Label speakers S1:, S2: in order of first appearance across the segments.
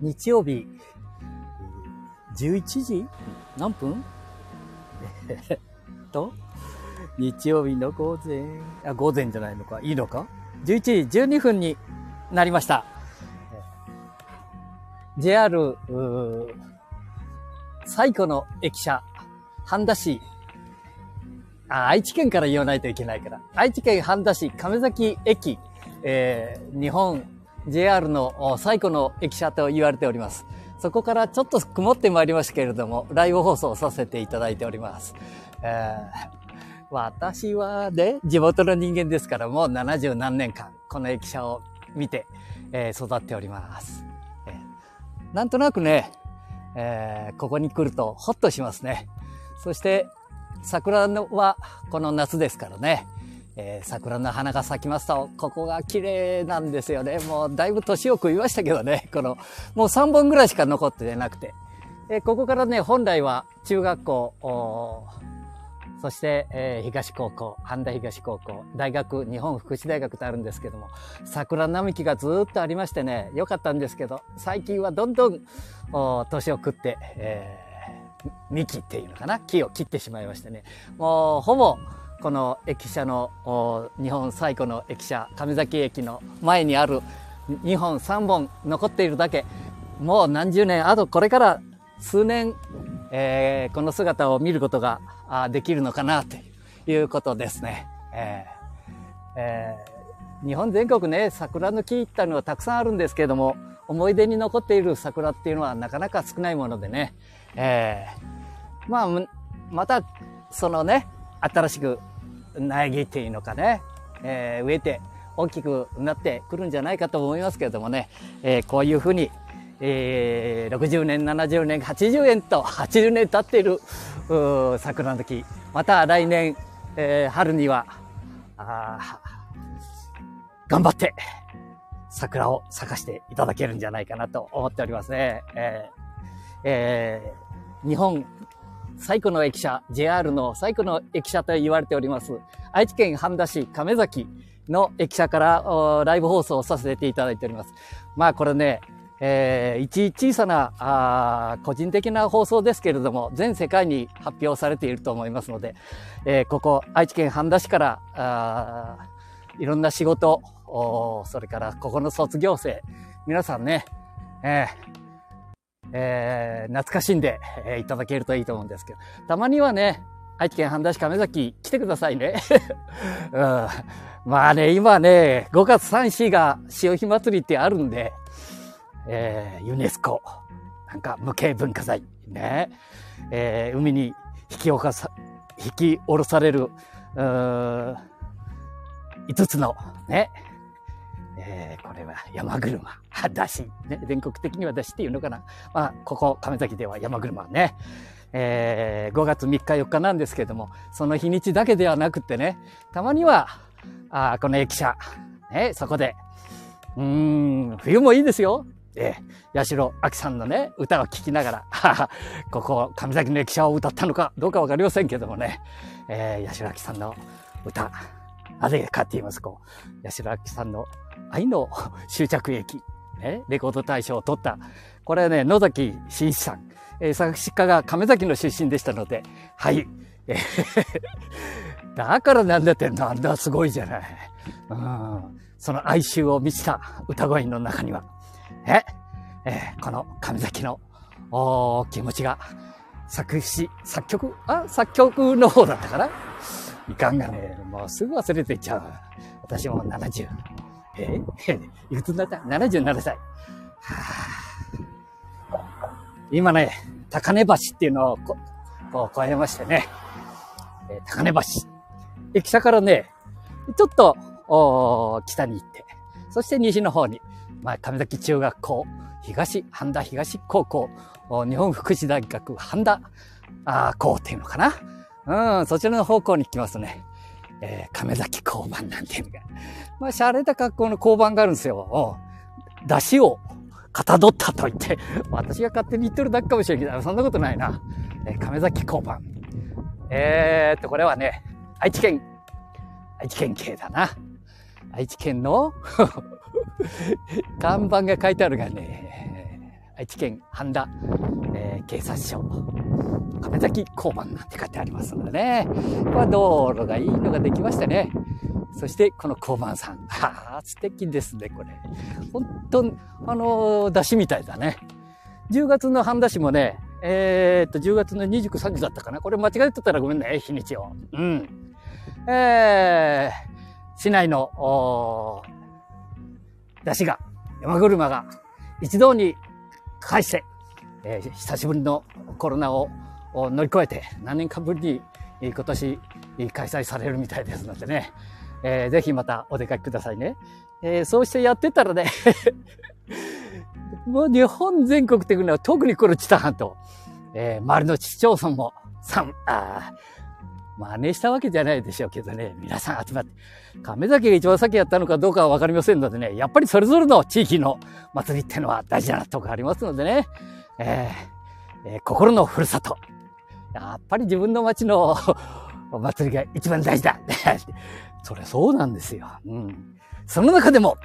S1: 日曜日、11時何分日曜日の午前じゃないのか、いいのか ?11 時12分になりました。JR 最古の駅舎、半田市、愛知県から言わないといけないから。愛知県半田市亀崎駅、日本 JR の最古の駅舎と言われております。そこからちょっと曇ってまいりましたけれども、ライブ放送させていただいております。私はね、地元の人間ですから、もう70何年間、この駅舎を見て、育っております。なんとなくね、ここに来るとホッとしますね。そして、桜はこの夏ですからね、桜の花が咲きますと、ここが綺麗なんですよね。もうだいぶ年を食いましたけどね、もう3本ぐらいしか残ってなくて。ここからね、本来は中学校、そして、東高校、半田東高校、大学、日本福祉大学とあるんですけども、桜並木がずっとありましてね、良かったんですけど、最近はどんどん、年を食って、幹っていうのかな、木を切ってしまいましてね、もうほぼこの駅舎の日本最古の駅舎亀崎駅の前にある2本3本残っているだけ、もう何十年、あとこれから数年、この姿を見ることができるのかなということですね。日本全国ね、桜の木っていうのはたくさんあるんですけれども、思い出に残っている桜っていうのはなかなか少ないものでね、またそのね、新しく苗木っていうのかね、植えて大きくなってくるんじゃないかと思いますけれどもね、こういうふうに、60年、70年、80年と80年経っている桜の木、また来年、春には頑張って桜を咲かしていただけるんじゃないかなと思っておりますね。日本最古の駅舎、JR の最古の駅舎と言われております、愛知県半田市亀崎の駅舎からライブ放送をさせていただいております。まあこれね、小さな個人的な放送ですけれども、全世界に発表されていると思いますので、ここ愛知県半田市からいろんな仕事、それからここの卒業生、皆さんね、懐かしんでいただけるといいと思うんですけど、たまにはね、愛知県半田市亀崎来てくださいね。まあね、今ね、5月3、4が潮干祭りってあるんで、ユネスコ、なんか無形文化財、ね、海に引き下ろされる、5つのね、これは山車、出し、ね、全国的には出しっていうのかな。まあ、ここ亀崎では山車ね、5月3日4日なんですけども、その日にちだけではなくってね、たまにはこの駅舎、ね、そこで冬もいいですよ。八代亜紀さんのね、歌を聴きながら、ここ亀崎の駅舎を歌ったのかどうかわかりませんけどもね、八代亜紀さんの歌、なぜかって言いますと、八代亜紀さんの愛の終着駅、ね、レコード大賞を取った。これはね、野崎真一さん、作詞家が亀崎の出身でしたので、はい。だからなんだって、なんだすごいじゃない。その哀愁を満ちた歌声の中には、この亀崎の気持ちが作曲の方だったかな。いかんがね、もうすぐ忘れていっちゃう。私も70。いくつになった ?77 歳。今ね、高根橋っていうのをこう越えましてね、高根橋。駅舎からね、ちょっと北に行って、そして西の方に、亀崎中学校、半田東高校、日本福祉大学半田校っていうのかな。そちらの方向に行きますとね、亀崎交番なんていうのが、洒落た格好の交番があるんですよ。出汁をかたどったと言って、私が勝手に言ってるだけかもしれないけど、そんなことないな。亀崎交番。これはね、愛知県警だな。愛知県の看板が書いてあるがね、 愛知県半田、警察署、亀崎交番なんて書いてありますのでね。道路がいいのができましたね。そしてこの交番さん。素敵ですね、これ。本当出汁みたいだね。10月の半田市もね、10月の29、30だったかな。これ間違えてたらごめんね、日にちを。市内の、出汁が、山車が一堂に会して、久しぶりのコロナを乗り越えて何年かぶりに今年開催されるみたいですのでね、ぜひまたお出かけくださいね。そうしてやってたらね、もう日本全国的には特にこの知多半島、周りの市町村も真似したわけじゃないでしょうけどね、皆さん集まって、亀崎が一番先やったのかどうかはわかりませんのでね、やっぱりそれぞれの地域の祭りってのは大事なとこありますのでね、心のふるさと。やっぱり自分の町のお祭りが一番大事だ。そりゃそうなんですよ。その中でも、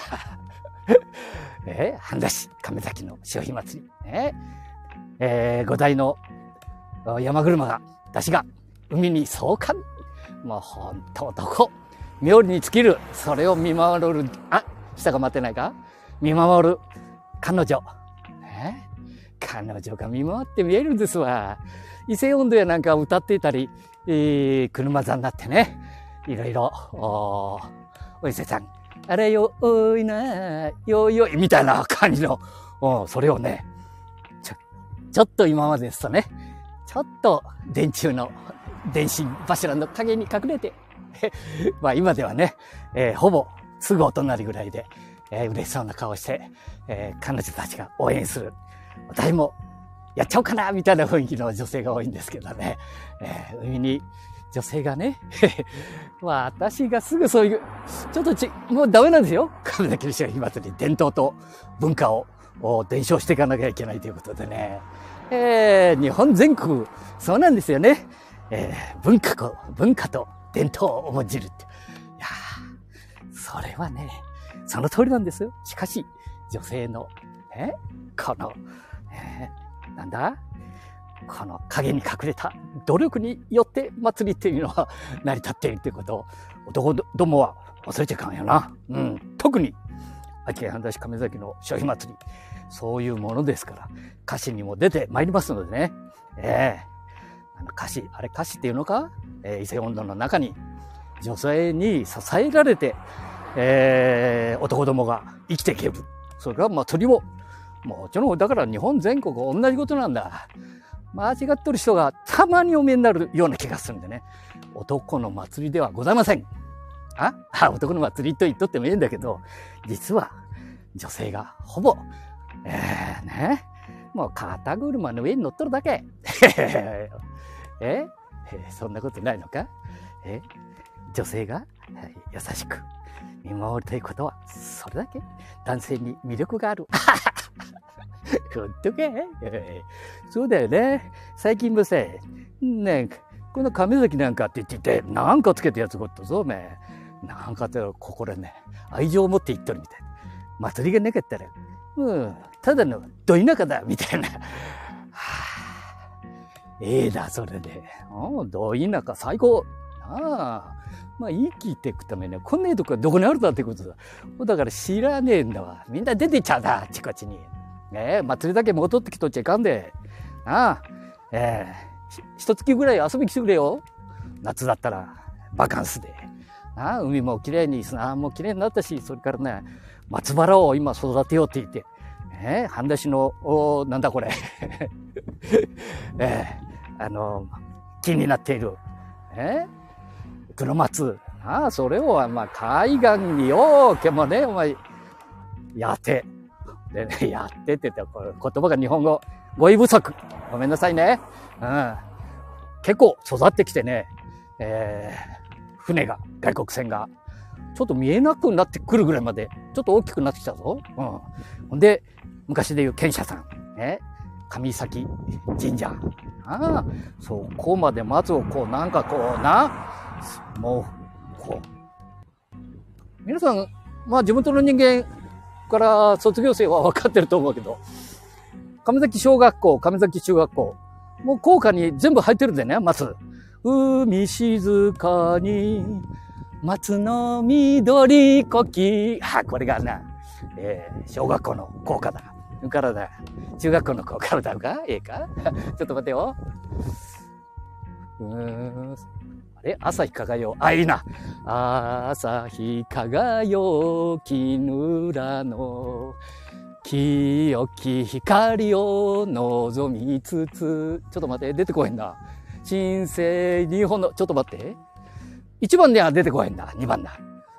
S1: 半田市亀崎の潮干祭り、5台の山車が、出汁が海に送還。もう本当どこ妙利に尽きる。それを見守る。下が待ってないか？見守る彼女。彼女が見守って見えるんですわ。伊勢音頭やなんか歌っていたり、車座になってね、いろいろ、お伊勢さん、あれよ、おいな、よいよい、みたいな感じの、それをね、ちょっと今までですとね、ちょっと電柱の電信柱の陰に隠れて、まあ今ではね、ほぼすぐお隣ぐらいで、嬉しそうな顔して、彼女たちが応援する。私もやっちゃおうかなみたいな雰囲気の女性が多いんですけどね。海に女性がね、私がすぐそういう、ちょっともうダメなんですよ。亀崎の潮干祭り、伝統と文化を伝承していかなきゃいけないということでね。日本全国、そうなんですよね。文化と伝統を重んじるって。いやそれはね、その通りなんですよ。しかし、女性の、この、なんだこの影に隠れた努力によって祭りっていうのは成り立っているっていうことを男どもは忘れちゃいかんよな。特に愛知県半田市亀崎の潮干祭り、そういうものですから、歌詞にも出てまいりますのでね。歌詞っていうのか、伊勢音頭の中に女性に支えられて、男どもが生きていける。それから祭りももちろんだから日本全国同じことなんだ。間違ってる人がたまにお見えになるような気がするんでね。男の祭りではございません。男の祭りと言っとってもいいんだけど、実は女性がほぼ、もう肩車の上に乗っとるだけ。そんなことないのか？女性が優しく見守るということは、それだけ男性に魅力がある。本当か？そうだよね。最近もさ、この亀崎なんかって言ってて、なんかつけたやつごっとぞ、おめえ。なんかって心ね、愛情を持って言っとるみたいな。祭りがなかったら、ただのど田舎だ、みたいな。だ、それで。ど田舎最高。生きていくためには、こんなとこはどこにあるんだってことだ。だから知らねえんだわ。みんな出てっちゃうだ、あちこちに。祭りだけ戻ってきとっちゃいかんで。一月ぐらい遊び来てくれよ。夏だったら、バカンスで。海も綺麗に、砂も綺麗になったし、それからね、松原を今育てようって言って、半田市の、なんだこれ。木になっている。黒松。それを、海岸によけもね、お前、やって。でね、やってって言って、言葉が日本語、語彙不足。ごめんなさいね。結構育ってきてね、船が、外国船が、ちょっと見えなくなってくるぐらいまで、ちょっと大きくなってきたぞ。ほんで、昔でいう賢者さん、上崎神社。そこまで松をもう、皆さん、地元の人間から卒業生は分かってると思うけど、 亀崎小学校、亀崎中学校。もう校歌に全部入ってるんだよね、松。海静かに、松の緑こき。これがな、小学校の校歌だ。それからだ、中学校の校歌歌うか？かちょっと待ってよ。あれ朝日輝よ。いいな。朝日輝きぬらの清き光を望みつつ。ちょっと待って、出てこへんな。新生日本の、ちょっと待って。1番では出てこへんだ。2番だ。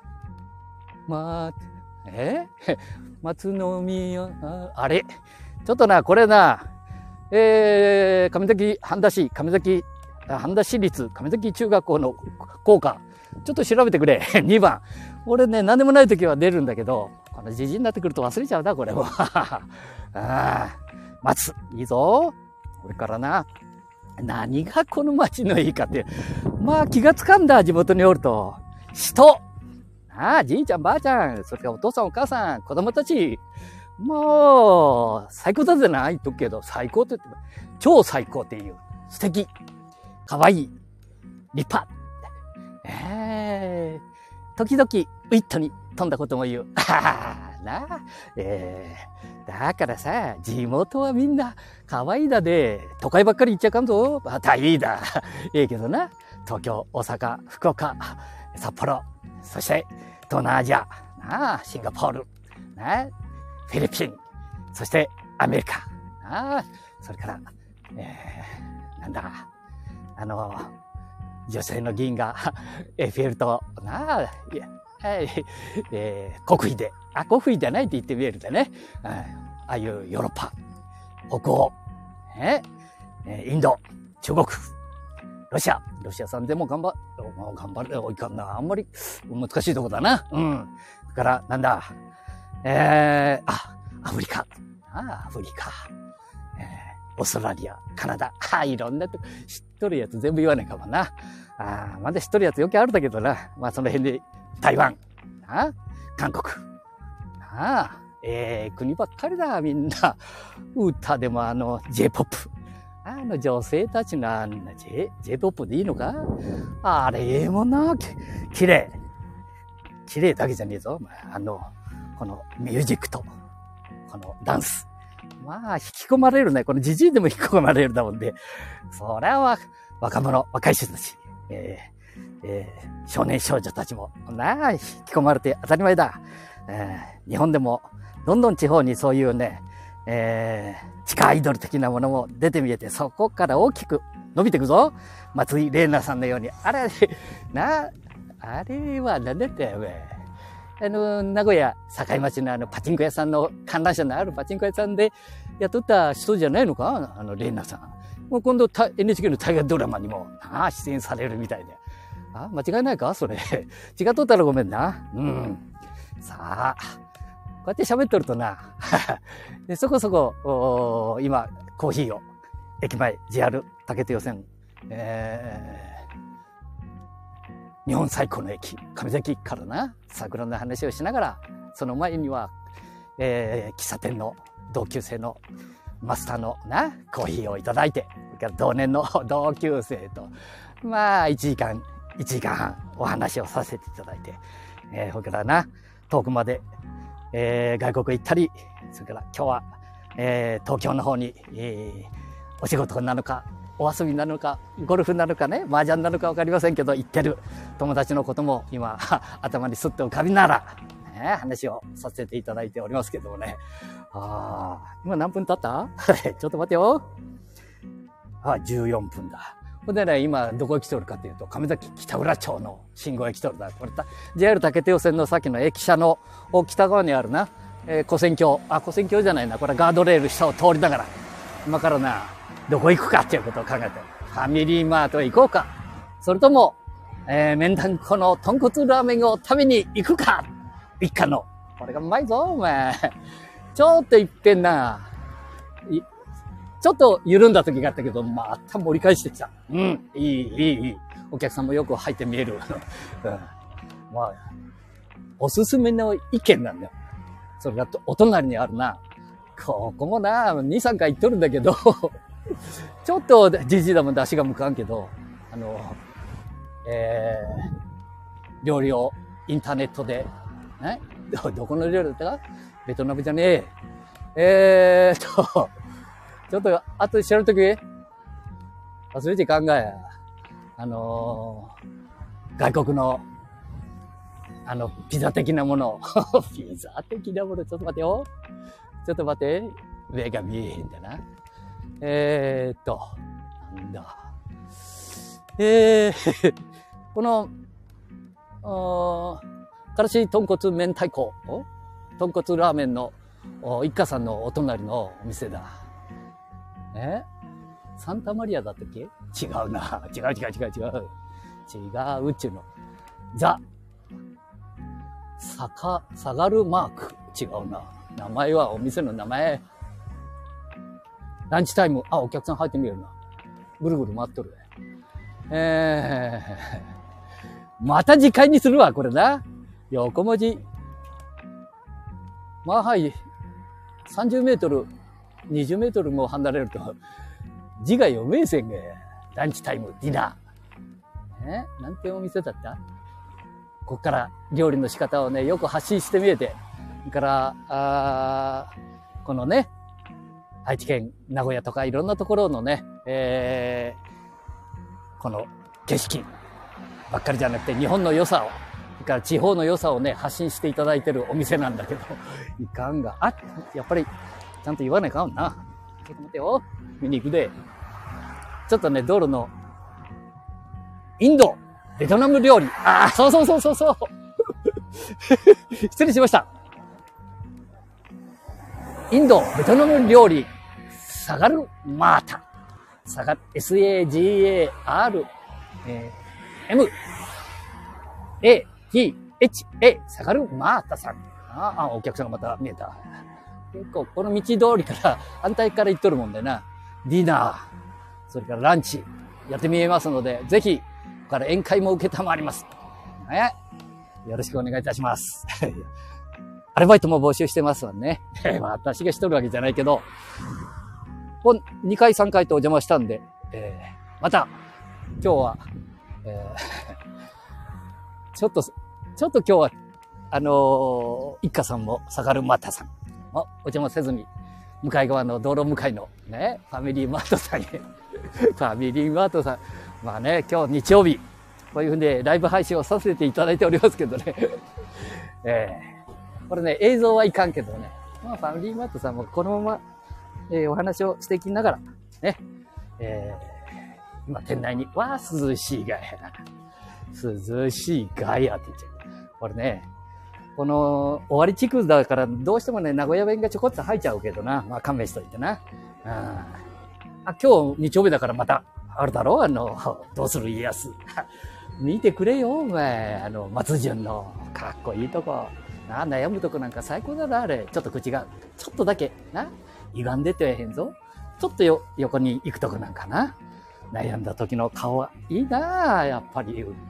S1: 松の宮、あれちょっとな、これな、亀崎半田市、半田市立亀崎中学校の校歌。ちょっと調べてくれ。2番。俺ね、何でもない時は出るんだけど、この時事になってくると忘れちゃうな、これも。松。いいぞ。これからな。何がこの町のいいかって。まあ気がつかんだ、地元におると。人。じいちゃんばあちゃん、それからお父さんお母さん、子供たち。もう、最高だぜな、言っとくけど、最高って言っても、超最高っていう。素敵。かわいい。立派。時々、ウィットに飛んだことも言う。なあ、だからさ、地元はみんな、可愛いだで、都会ばっかり行っちゃかんぞ。いいだ。けどな、東京、大阪、福岡、札幌、そして、東南アジア、なあ、シンガポール、なあ、フィリピン、そしてアメリカ、なあ、それから、なんだ、女性の議員が、エッフェル塔、なあ、国費で、国費じゃないって言ってみえるでね、ああいうヨーロッパ、北欧、インド、中国、ロシアさんでも頑張れ、いかんな。あんまり難しいとこだな。それから、なんだ。アフリカ。アフリカ。オーストラリア、カナダ。いろんなとこ、知っとるやつ全部言わないかもな。まだ知っとるやつよくあるだけどな。まあその辺で、台湾。韓国。国ばっかりだ、みんな。歌でもJ-POP。女性たちのJ-POP でいいのか？あれもな、綺麗だけじゃねえぞ。このミュージックと、このダンス。まあ、引き込まれるね。このジジイでも引き込まれるだもんで。それは、若い人たち、少年少女たちも、引き込まれて当たり前だ。日本でも、どんどん地方にそういうね、地下アイドル的なものも出てみえて、そこから大きく伸びていくぞ。松井玲奈さんのように。あれは何だったよ、名古屋境町のパチンコ屋さんの観覧車のあるパチンコ屋さんで雇った人じゃないのか、玲奈さん。もう今度NHK の大河ドラマにも出演されるみたいで。間違いないかそれ。違っとったらごめんな。さあ。こうやって喋っとるとな、でそこそこ、今、コーヒーを、駅前、JR 竹手予線、日本最高の駅、亀崎からな、桜の話をしながら、その前には、喫茶店の同級生のマスターのな、コーヒーをいただいて、それから同年の同級生と、まあ、1時間半お話をさせていただいて、それからな、遠くまで、外国行ったり、それから今日は、東京の方に、お仕事なのか、お遊びなのか、ゴルフなのかね、麻雀なのかわかりませんけど、行ってる友達のことも今、頭にすって浮かびながら、話をさせていただいておりますけどもね。今何分経ったちょっと待ってよ。14分だ。ほんでね、今どこへ来ておるかというと、亀崎北浦町の信号へ来ておるだ。これ、JR 竹手予線のさっきの駅舎の北側にあるな、古線橋。古線橋じゃないな。これガードレール下を通りながら、今からな、どこ行くかっていうことを考えて、ファミリーマートへ行こうか。それとも、明太子の豚骨ラーメンを食べに行くか。一家の。これがうまいぞ、お前。ちょっといっぺんな、ちょっと緩んだ時があったけど、また盛り返してきた。いい。お客さんもよく入って見える。まあ、おすすめの意見なんだよ。それがお隣にあるな、 ここもな、2、3回行っとるんだけど、ちょっとじじいだもん出しが向かんけど、料理をインターネットで、ね、どこの料理だったかベトナムじゃねえ。ちょっと後で調べとき忘れて考え。外国の、ピザ的なもの。ピザ的なもの、ちょっと待てよ。ちょっと待って。上が見えへんだな。なんだ。この、からし豚骨明太子、豚骨ラーメンの一家さんのお隣のお店だ。サンタマリアだったっけ？違うな。違うっちゅうの。下がるマーク。違うな。名前はお店の名前。ランチタイム。お客さん入ってみるな。ぐるぐる回っとる。また次回にするわ、これな。横文字。まあはい。30メートル、20メートルも離れると、字が読めえせんげ。ランチタイム、ディナー。なんてお店だった？こっから料理の仕方をね、よく発信してみえて。それから、このね、愛知県、名古屋とかいろんなところのね、この景色ばっかりじゃなくて日本の良さを、それから地方の良さをね、発信していただいてるお店なんだけど、いかんが、やっぱりちゃんと言わないかんな。ちょっと待ってよ。見に行くで。ちょっとね、道路のインド、ベトナム料理。そう。失礼しました。インド、ベトナム料理、サガルマータ。SAGAR、MATHA、サガルマータさん。お客さんがまた見えた。結構、この道通りから、反対から行っとるもんでな。ディナー、それからランチ、やってみえますので、ぜひ、ここから宴会も受けたまわります。よろしくお願いいたします。アルバイトも募集してますわね。私がしとるわけじゃないけど、2回3回とお邪魔したんで、また、今日は、ちょっと今日は、一家さんも、サガルマタさんもお邪魔せずに、向かい側の道路向かいのね、ファミリーマートさんへ。ファミリーマートさん。まあね、今日日曜日、こういうふうにライブ配信をさせていただいておりますけどね。これね、映像はいかんけどね。ファミリーマートさんもこのまま、お話をしていきながら、ね。今店内に、涼しいガヤ。涼しいガヤって言っちゃう。これね、この、終わり地区だからどうしてもね、名古屋弁がちょこっと入っちゃうけどな。勘弁しといてな。今日日曜日だからまた、あるだろどうする家康。見てくれよ、お前。松潤のかっこいいとこ。悩むとこなんか最高だな、あれ。ちょっと口が、ちょっとだけ、歪んでてへんぞ。ちょっと横に行くとこなんかな。悩んだ時の顔はいいな、やっぱり。フ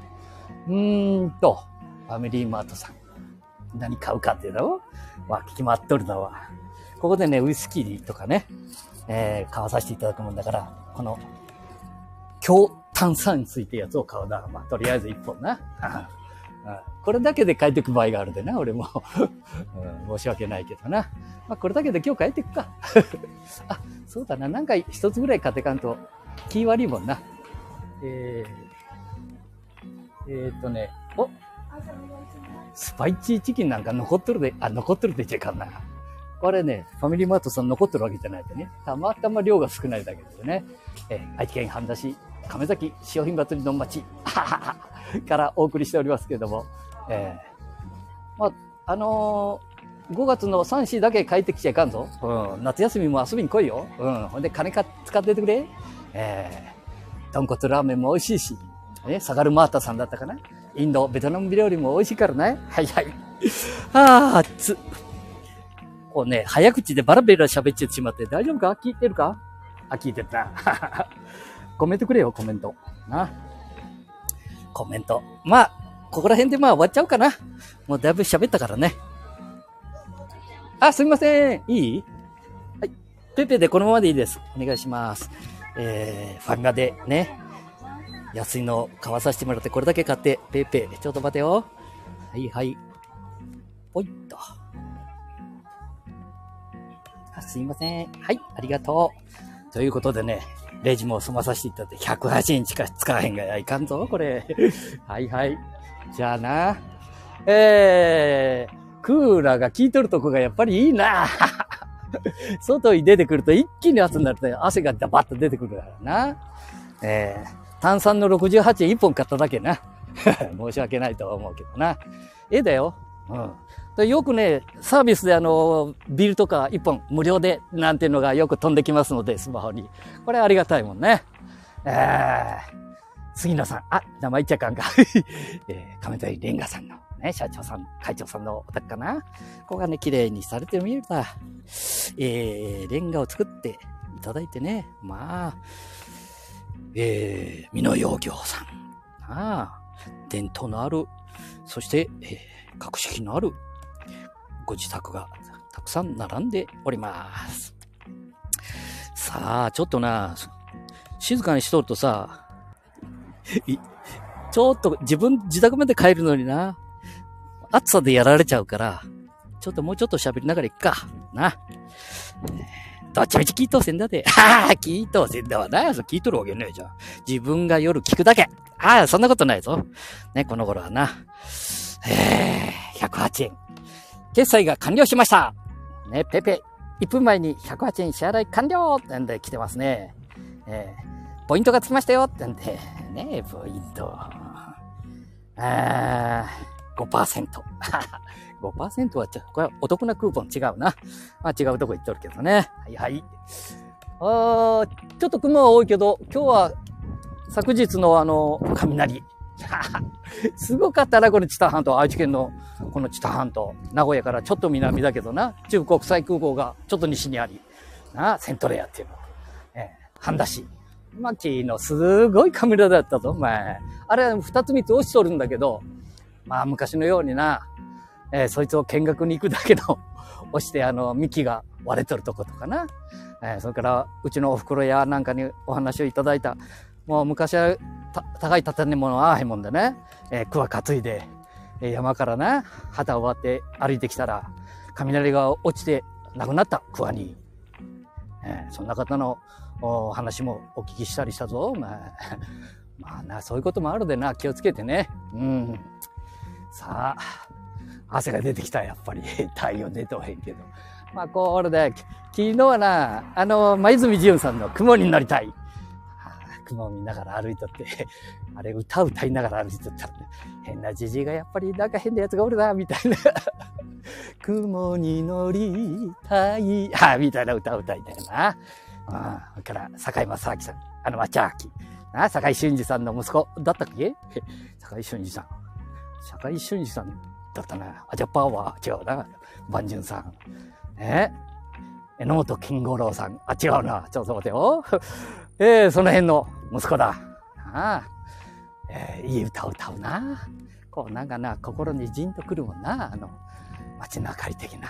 S1: ァミリーマートさん。何買うかっていうの聞き回っとるのは。ここでね、ウイスキーとかね、買わさせていただくもんだから、この、強炭酸水ってやつを買うな。とりあえず1本な。これだけで帰ってく場合があるでな、俺も。申し訳ないけどな。これだけで今日帰ってくか。そうだな。なんか一つぐらい買ってかんと、気悪いもんな。スパイシーチキンなんか残っとるで、残っとるで言っちゃいかんな。これね、ファミリーマートさん残ってるわけじゃないでね。たまたま量が少ないだけでね。愛知県半田市、亀崎潮品祭りの町からお送りしておりますけれども。5月の3、4だけ帰ってきちゃいかんぞ。夏休みも遊びに来いよ。ほんで金使っててくれ。豚骨ラーメンも美味しいし。サガルマータさんだったかな。インド、ベトナム料理も美味しいからね。はい。熱っ。こうね、早口でバラベラ喋ってしまって大丈夫か？聞いてるか？聞いてるな。コメントくれよ、コメント。コメント。ここら辺で終わっちゃうかな。もうだいぶ喋ったからね。すみません。いい？ ペペでこのままでいいです。お願いします。ファミマでね、安いの買わさせてもらって、これだけ買って、ペペ、ちょっと待てよ。はいはい。ぽいっと。すいません。はい、ありがとう。ということでね、レジも済まさせていただいて、108円しか使わへんがいかんぞ、これ。はいはい。じゃあな。クーラーが効いとるとこがやっぱりいいな。外に出てくると一気に暑くなると汗がダバッと出てくるからな。炭酸の68円1本買っただけな。申し訳ないとは思うけどな。だよ。うん。よくね、サービスでビールとか1本無料でなんていうのがよく飛んできますので、スマホに。これありがたいもんね。杉野さん。名前言っちゃあかんか。亀谷レンガさんのね、社長さん、会長さんのお宅かな。ここがね、綺麗にされてみるか。レンガを作っていただいてね。まあ、美濃養業さん。伝統のある、そして、格式のあるご自宅がたくさん並んでおります。さあ、ちょっとな、静かにしとるとさ、ちょっと自宅まで帰るのにな、暑さでやられちゃうから、ちょっともうちょっと喋りながら行くか。な。どっちみち聞いとうせんだで。聞いとうせんだわな。聞いとるわけねえじゃん。自分が夜聞くだけ。そんなことないぞ。ね、この頃はな。108円。決済が完了しました。ね、ペペ。1分前に108円支払い完了ってんで来てますね。ポイントがつきましたよってんで。ね、ポイント。5%。5% はこれはお得なクーポン違うな。まあ違うとこ行っとるけどね。はいはい。ちょっと雲は多いけど、今日は昨日の雷。すごかったな、この知多半島。愛知県のこの知多半島。名古屋からちょっと南だけどな。中部国際空港がちょっと西にあり。セントレアっていうの。半田市。まあ、昨日すごいカメラだったぞ、お前。あれは2つ3つ落ちとるんだけど、まあ昔のようにな、そいつを見学に行くだけの押して幹が割れとるとことかな。それからうちのお袋やなんかにお話をいただいた、もう昔は高い建物はああへんもんでね、桑担いで、山からな、旗を割って歩いてきたら、雷が落ちて亡くなった桑に。そんな方のお話もお聞きしたりしたぞ。まあな、そういうこともあるでな、気をつけてね。さあ、汗が出てきた、やっぱり。太陽出とへんけど。まあ、これで、昨日はな、前泉淳さんの雲になりたい。雲を見ながら歩いとって、あれ歌いながら歩いとったら、ね、変なじじいがやっぱりなんか変なやつがおるな、みたいな。雲に乗りたい。みたいな歌を歌いたいな。それから、坂井正明さん、町明。坂井俊二さんの息子だったっけ？坂井俊二さん。坂井俊二さんだったな。ジャパーは違うな。万順さん。榎本健五郎さん。違うな。ちょっと待てよ。その辺の息子だ。いい歌を歌うな。こうなんかな、心にじんとくるもんな。街の明かり的な。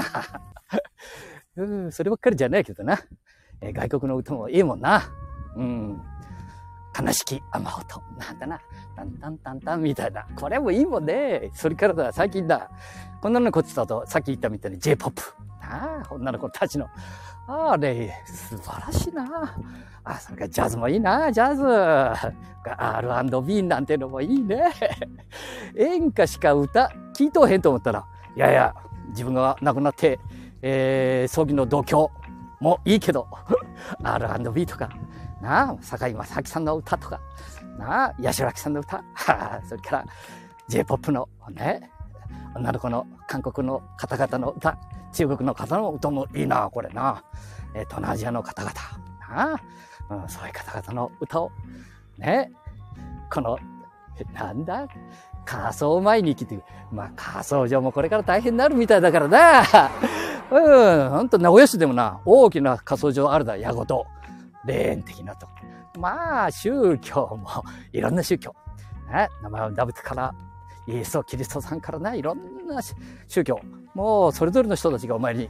S1: そればっかりじゃないけどな。外国の歌もいいもんな。悲しき雨音。なんだな。タンタンタンタンみたいな。これもいいもんね。それからだ、最近だ。こんなのこっちだと、さっき言ったみたいに J-POP。女の子たちの。あれ、素晴らしいな。それからジャズもいいな、ジャズ。R&B なんてのもいいね。演歌しか聞いとへんと思ったら、いやいや、自分が亡くなって、葬儀の同居もいいけど、R&B とか、坂井正明さんの歌とか、八代亜紀さんの歌、それから J-POP のね、女の子の韓国の方々の歌、中国の方の歌もいいな、これな。東南アジアの方々、そういう方々の歌を、ね、この、なんだ、火葬前に来て、まあ火葬場もこれから大変になるみたいだからな。ほんと名古屋市でもな、大きな火葬場あるだ、矢事。霊園的なと。まあ、宗教も、いろんな宗教。名前をダブってから、イエスとキリストさんからね、いろんな宗教。もう、それぞれの人たちがお前に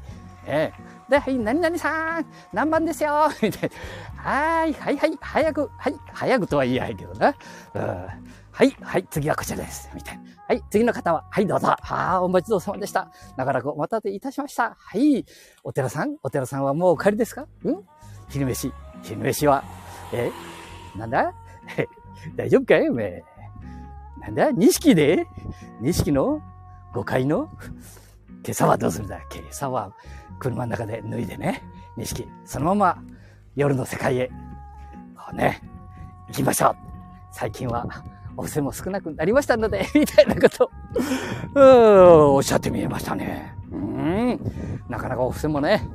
S1: で、はい、何々さん、何番ですよみたいな。はい、早くとは言えないけどな。はい、次はこちらです。みたいな。はい、次の方は、はい、どうぞ。お待ちどうさまでした。長らくお待たせいたしました。はい、お寺さんはもうお帰りですか？昼飯は、なんだ大丈夫かいおめえ。なんだ錦の5階の今朝はどうするんだ？今朝は車の中で脱いでね、錦、そのまま夜の世界へ、行きましょう。最近はお布施も少なくなりましたので、みたいなことをおっしゃってみえましたね。なかなかお布施もね、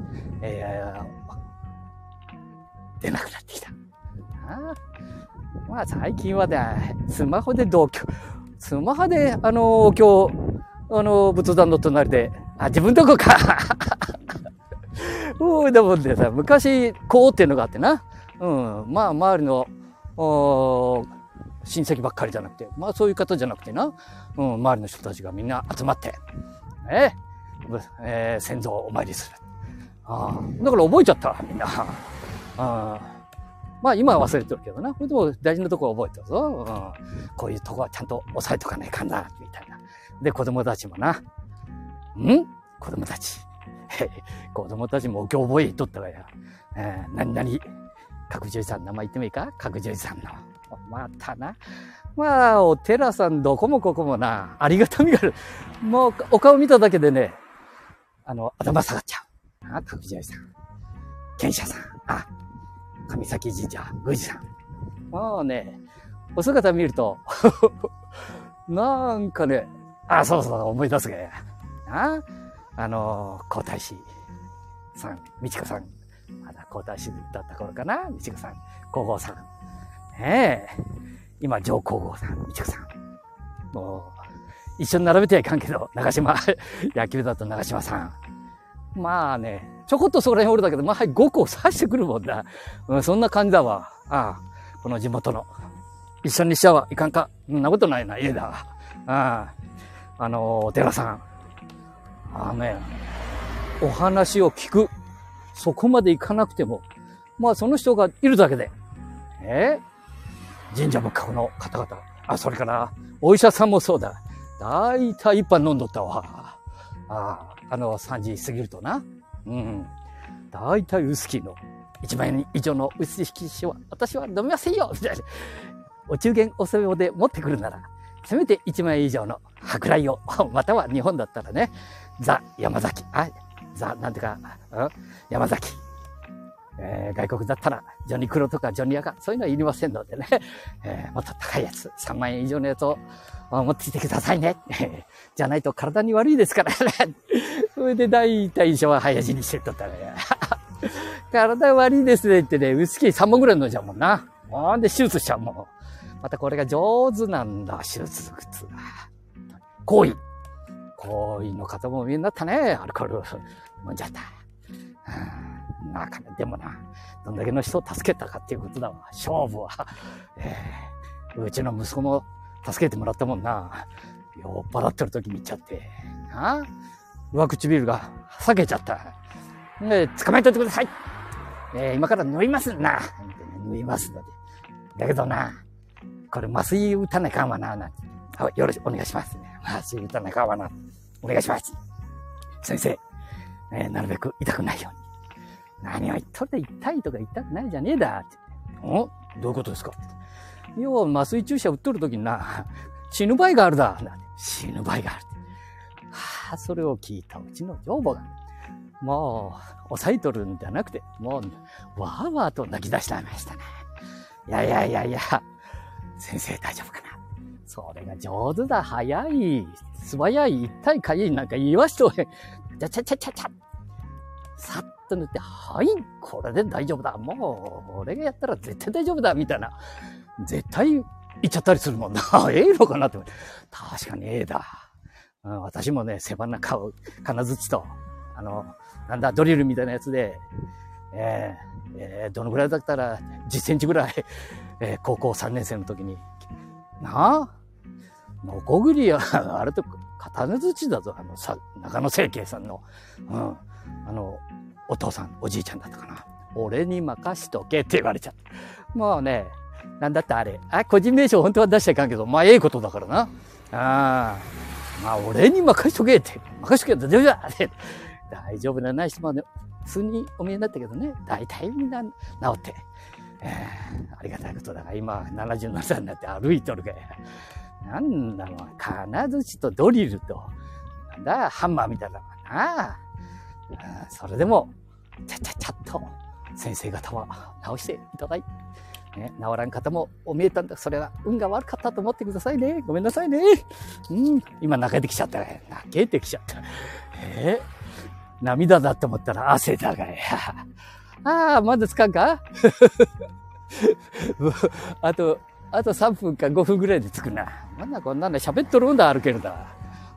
S1: 出なくなってきた。まあ最近はね、スマホでお経、仏壇の隣で、自分とこか。だもんでさ、昔、こうっていうのがあってな。まあ周りの、親戚ばっかりじゃなくて、まあそういう方じゃなくてな、周りの人たちがみんな集まって、先祖をお参りする。だから覚えちゃった、みんな。まあ今は忘れてるけどな。でも大事なとこは覚えてるぞ。こういうとこはちゃんと押さえとかないかんな、みたいな。で、子供たちもな。子供たち。子供たちもお経覚えとったわや。角十字さん、名前言ってもいいか？角十字さんの。またな。まあ、お寺さんどこもここもな、ありがたみがある。もう、お顔見ただけでね、頭下がっちゃう。角十字さん。賢者さん。上崎神社、宮司さん。もうね、お姿見ると、なんかね、そう思い出すがや。皇太子さん、美智子さん。まだ皇太子だった頃かな、美智子さん、皇后さん。今、上皇后さん、美智子さん。もう、一緒に並べてはいかんけど、長島、野球だと長島さん。まあね、ちょこっとそこら辺おるだけど、まあ、5個刺してくるもんだ。そんな感じだわ。この地元の。一緒にしちゃはいかんか。そんなことないな、家だわ。お寺さん。お話を聞く。そこまで行かなくても、まあその人がいるだけで。神社仏閣の方々。それから、お医者さんもそうだ。だいたい一杯飲んどったわ。3時過ぎるとな。だいたいウイスキーの1万円以上のウイスキー酒は私は飲みませんよみたいな。お中元お歳暮で持ってくるなら、せめて1万円以上の舶来を、または日本だったらね、ザ・山崎。なんてか、山崎。外国だったら、ジョニクロとかジョニアカ、そういうのはいりませんのでね、もっと高いやつ、3万円以上のやつを持ってきてくださいね。じゃないと体に悪いですからね。それで大体一緒は早死にしてっとったらね。体悪いですねってね、ウイスキー3本ぐらい飲んじゃうもんな。で、手術しちゃうもん。またこれが上手なんだ、手術靴が。行為の方もみんなったね、アルコール飲んじゃった。でもな、どんだけの人を助けたかっていうことだわ。勝負は。うちの息子も助けてもらったもんな。酔っ払ってる時に行っちゃって。上唇が裂けちゃった。捕まえといてください。今から縫いますな。縫いますので。だけどな、これ麻酔打たないかんわな。なんて。よろしくお願いしますね。麻酔打たないかんわな。お願いします。先生、なるべく痛くないように。何を言っとって痛いとか痛くないじゃねえだ。ってどういうことですか？要は麻酔注射打っとるときにな、死ぬ場合があるだ。死ぬ場合がある。それを聞いたうちの女房が、もう、抑えとるんじゃなくて、もう、わーわーと泣き出してましたね。いや、先生大丈夫かな？それが上手だ、早い、素早い、痛いかゆいなんか言わしとへん。ちゃ。さっと塗って、はい、これで大丈夫だ。もう、俺がやったら絶対大丈夫だ、みたいな。絶対言っちゃったりするもんな。のかなって。確かにだ。私もね、背番中金槌と、ドリルみたいなやつで、どのぐらいだったら10センチぐらい、高校3年生の時に、ノコギリや、あれと刀槌だぞ、中野清慶さんの。 お父さん、おじいちゃんだったかな。俺に任しとけって言われちゃった。もうね、なんだってあれ。個人名称本当は出しちゃいかんけど、まあ、ええことだからな。まあ、俺に任しとけって。任しとけって大丈夫だって。大丈夫なない人もね、普通にお見えになったけどね、大体みんな治って。ありがたいことだが、今、77歳になって歩いとるがや。なんだろう、金槌とドリルと、なんだ、ハンマーみたいなのな。それでも、ちゃっと、先生方は治していただいて、ね、治らん方もお見えたんだ。それは運が悪かったと思ってくださいね。ごめんなさいね。今泣けてきちゃったね。泣けてきちゃった。涙だと思ったら汗だがや。まだつかんかあと3分か5分ぐらいで着くな。なんだこんなの喋っとるんだ、歩けるだ。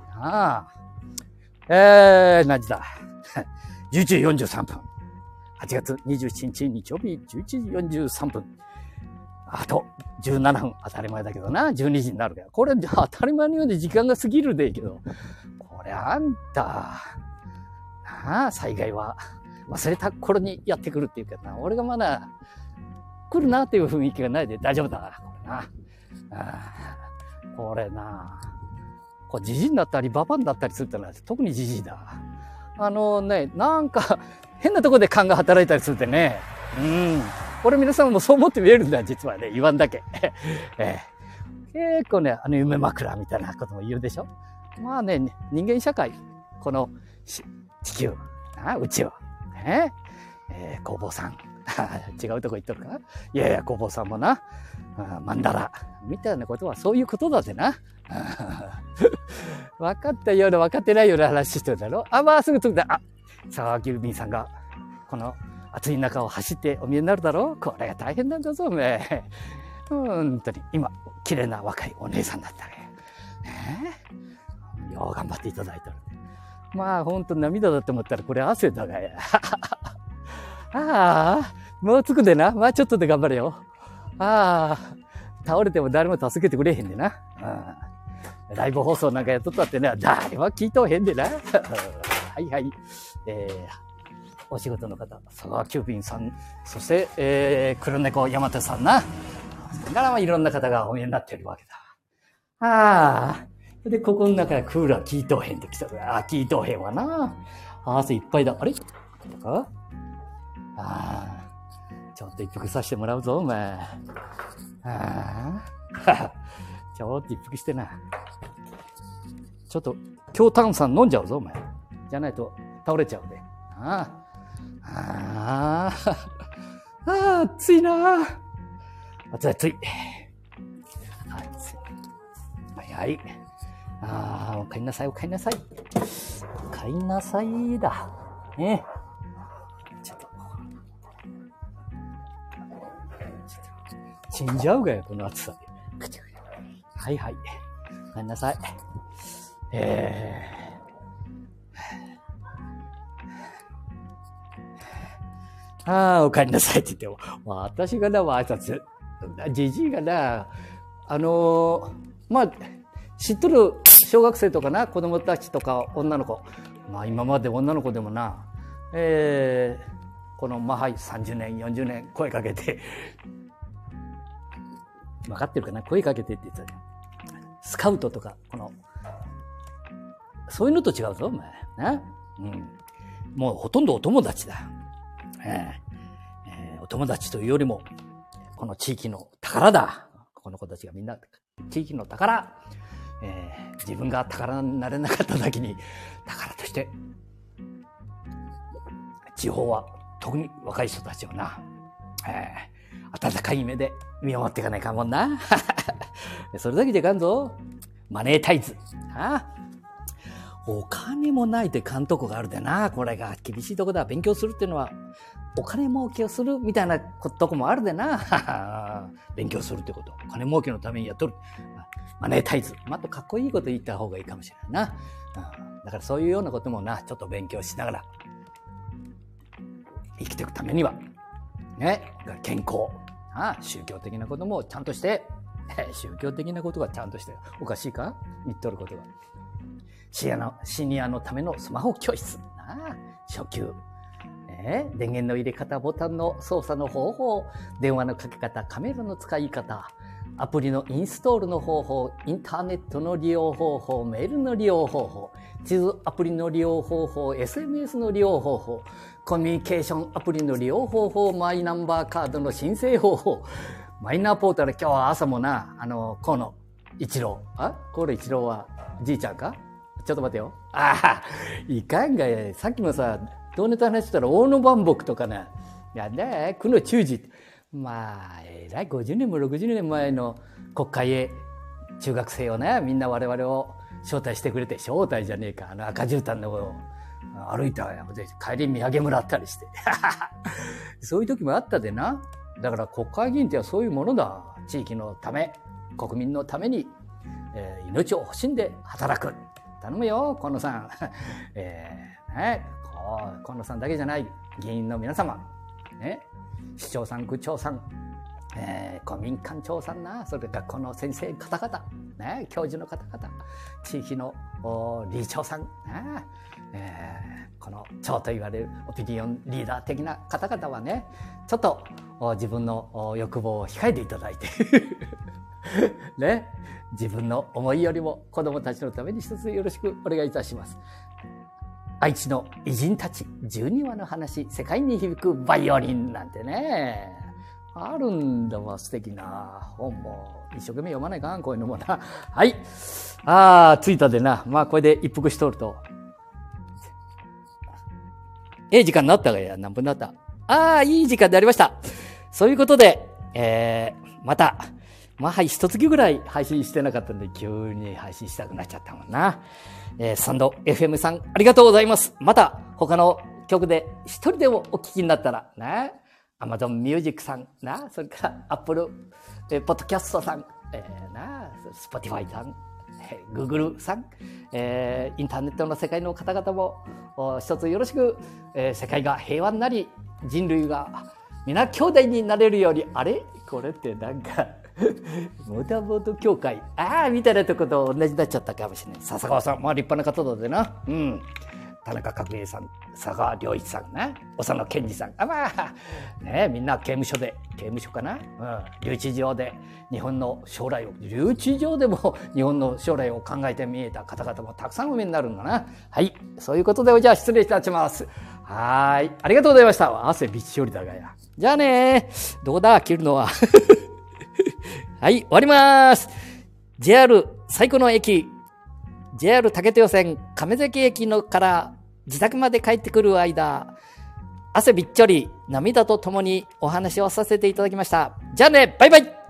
S1: 何時だ11時43分。8月27日日曜日11時43分。あと17分。当たり前だけどな。12時になるから。これ当たり前のように時間が過ぎるでいいけど。これあんた、災害は忘れた頃にやってくるっていうかな。俺がまだ来るなっていう雰囲気がないで大丈夫だな。これな。これじじいになったりババになったりするってのは特にじじいだ。なんか変なとこで勘が働いたりするってね。これ皆さんもそう思って見えるんだ、実はね。言わんだけ。結構ね、夢枕みたいなことも言うでしょ。まあね、人間社会、この地球、宇宙、工房さん。違うとこ行っとるか？いやいや、工房さんもな、マンダラ、みたいなことはそういうことだぜな。分かったような分かってないような話してるだろ。まあすぐ着くだ。沢木便さんがこの暑い中を走ってお見えになるだろう。これが大変なんだぞおめえ。本当に今綺麗な若いお姉さんだったね。よう頑張っていただいてる。まあ本当涙だって思ったらこれ汗だがや。もう着くでな。まあちょっとで頑張れよ。倒れても誰も助けてくれへんでな。ライブ放送なんかやっとったってね、誰も聞いとへんでな。はいはい。お仕事の方、佐川急便さん、そして、黒猫山手さんな。それからいろんな方がお見えになっているわけだ。で、ここの中でクーラー効いとへんって来た。効いとへんわな。汗いっぱいだ。あれとかちょっと一服させてもらうぞ、お前。ちょっと一服してな。ちょっと、強炭酸飲んじゃうぞ、お前。じゃないと倒れちゃうで。暑いな。暑い。はい。お帰りなさい、お帰りなさい。お帰りなさいだ。ね。ちょっと。死んじゃうがよ、この暑さで。はいはい。お帰りなさい。お帰りなさいって言っても、私がな、挨拶、じじいがな、まあ、知っとる小学生とかな、子供たちとか女の子、まあ今まで女の子でもな、このまあ30年、40年声かけて、分かってるかな、声かけてって言ってたじゃん。スカウトとか、そういうのと違うぞ、お前。な。もうほとんどお友達だ。お友達というよりも、この地域の宝だ。この子たちがみんな地域の宝。自分が宝になれなかっただけに、宝として、地方は特に若い人たちをな、温かい目で見守っていかないかんもんな。それだけじゃいかんぞ。マネータイズ。お金もないでかんとこがあるでな。これが厳しいとこだ。勉強するっていうのは、お金儲けをするみたいなとこもあるでな。勉強するってこと。お金儲けのためにやっとる。マネータイズ。もっとかっこいいこと言った方がいいかもしれないな。だからそういうようなこともな、ちょっと勉強しながら、生きていくためには、ね、健康。宗教的なこともちゃんとして、宗教的なことがちゃんとして、おかしいか言っとることが。シニアのためのスマホ教室。 初級。電源の入れ方、ボタンの操作の方法、電話のかけ方、カメラの使い方、アプリのインストールの方法、インターネットの利用方法、メールの利用方法、地図アプリの利用方法、SMS の利用方法、コミュニケーションアプリの利用方法、マイナンバーカードの申請方法、マイナーポータル、今日は朝もな、河野一郎。河野一郎はじいちゃんか？ちょっと待てよ。いかんがや。さっきもさ、どうネタ話したら大野万博とかね。やだ、久野忠治。まあ、えらい50年も60年前の国会へ中学生をね、みんな我々を招待してくれて、招待じゃねえか。赤絨毯の歩いたわよ。で、帰り土産もらったりして。そういう時もあったでな。だから国会議員ってはそういうものだ。地域のため、国民のために、命を惜しんで働く。頼むよ、河野さん。河野さんだけじゃない、議員の皆様。市長さん、区長さん、公民館長さんな、それから学校の先生方々、教授の方々、地域の理事長さん、この長と言われるオピニオンリーダー的な方々はね、ちょっと自分の欲望を控えていただいてね、自分の思いよりも子供たちのために一つよろしくお願いいたします。愛知の偉人たち12話の話、世界に響くバイオリンなんてね、あるんだわ。素敵な本も一生懸命読まないかん、こういうのもな。はい。着いたでな。まあこれで一服しとると。時間になったがや。何分だった？いい時間でありました。そういうことで、また、一月ぐらい配信してなかったんで、急に配信したくなっちゃったもんな。サンド FM さん、ありがとうございます。また、他の曲で一人でもお聞きになったら、Amazon Music さん、それから Apple Podcast さん、Spotify さん、Google さん、インターネットの世界の方々も、一つよろしく、世界が平和になり、人類が皆兄弟になれるように、これってなんか、モーターボート協会みたいなとこと同じになっちゃったかもしれない。笹川さん、立派な方だでな。田中角栄さん、佐川良一さんね、長野健二さん、みんな刑務所かな、留置場で日本の将来を、留置場でも日本の将来を考えて見えた方々もたくさんお見えになるんだな。はい、そういうことで、じゃあ失礼いたします。ありがとうございました。汗びっしょりだがや。じゃあね、どこだ、切るのは。はい、終わります。JR 最古の駅、JR 竹豊線亀崎駅のから自宅まで帰ってくる間、汗びっちょり、涙とともにお話をさせていただきました。じゃあね、バイバイ。